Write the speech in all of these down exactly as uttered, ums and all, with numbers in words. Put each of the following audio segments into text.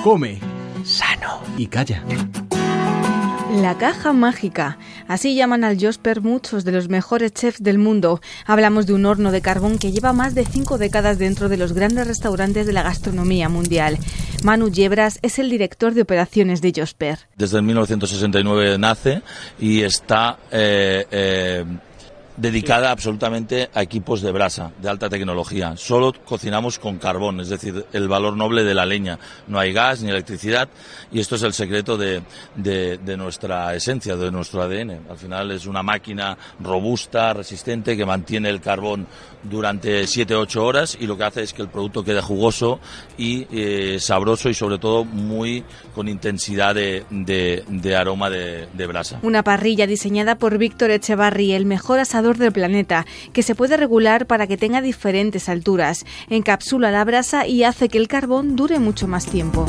Come sano y calla. La caja mágica. Así llaman al Josper muchos de los mejores chefs del mundo. Hablamos de un horno de carbón que lleva más de cinco décadas dentro de los grandes restaurantes de la gastronomía mundial. Manu Yebras es el director de operaciones de Josper. Desde el mil novecientos sesenta y nueve nace y está eh, eh, dedicada absolutamente a equipos de brasa, de alta tecnología. Solo cocinamos con carbón, es decir, el valor noble de la leña. No hay gas ni electricidad y esto es el secreto de, de, de nuestra esencia, de nuestro A D N. Al final es una máquina robusta, resistente, que mantiene el carbón durante siete a ocho horas y lo que hace es que el producto quede jugoso y eh, sabroso y sobre todo muy con intensidad de, de, de aroma de, de brasa. Una parrilla diseñada por Víctor Echevarri, el mejor asador del planeta, que se puede regular para que tenga diferentes alturas, encapsula la brasa y hace que el carbón dure mucho más tiempo.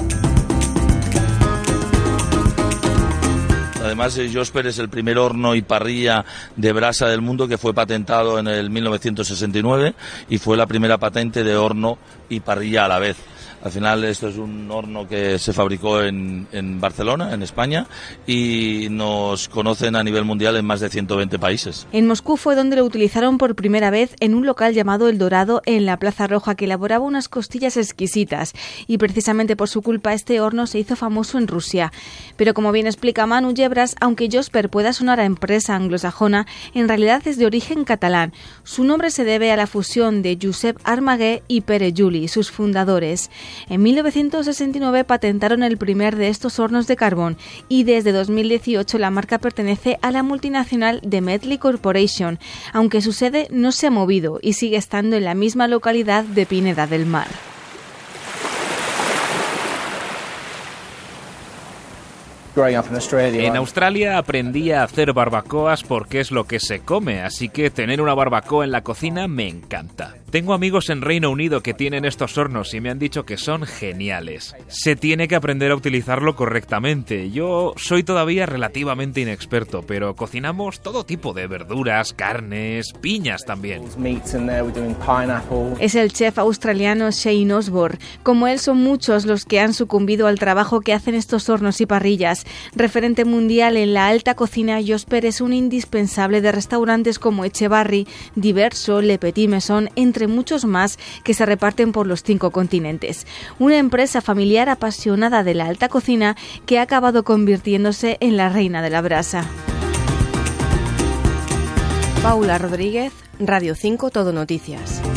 Además, Josper es el primer horno y parrilla de brasa del mundo que fue patentado en el mil novecientos sesenta y nueve y fue la primera patente de horno y parrilla a la vez. Al final esto es un horno que se fabricó en, en Barcelona, en España, y nos conocen a nivel mundial en más de ciento veinte países. En Moscú fue donde lo utilizaron por primera vez en un local llamado El Dorado en la Plaza Roja, que elaboraba unas costillas exquisitas, y precisamente por su culpa este horno se hizo famoso en Rusia. Pero como bien explica Manu Yebras, aunque Josper pueda sonar a empresa anglosajona, en realidad es de origen catalán. Su nombre se debe a la fusión de Josep Armagué y Pere Juli, sus fundadores. En mil novecientos sesenta y nueve patentaron el primer de estos hornos de carbón y desde dos mil dieciocho la marca pertenece a la multinacional The Metli Corporation, aunque su sede no se ha movido y sigue estando en la misma localidad de Pineda del Mar. En Australia aprendí a hacer barbacoas porque es lo que se come, así que tener una barbacoa en la cocina me encanta. Tengo amigos en Reino Unido que tienen estos hornos y me han dicho que son geniales. Se tiene que aprender a utilizarlo correctamente. Yo soy todavía relativamente inexperto, pero cocinamos todo tipo de verduras, carnes, piñas también. Es el chef australiano Shane Osborne. Como él son muchos los que han sucumbido al trabajo que hacen estos hornos y parrillas. Referente mundial en la alta cocina, Josper es un indispensable de restaurantes como Echevarri, Diverso, Le Petit Maison, entre muchos más que se reparten por los cinco continentes. Una empresa familiar apasionada de la alta cocina que ha acabado convirtiéndose en la reina de la brasa. Paula Rodríguez, Radio cinco Todo Noticias.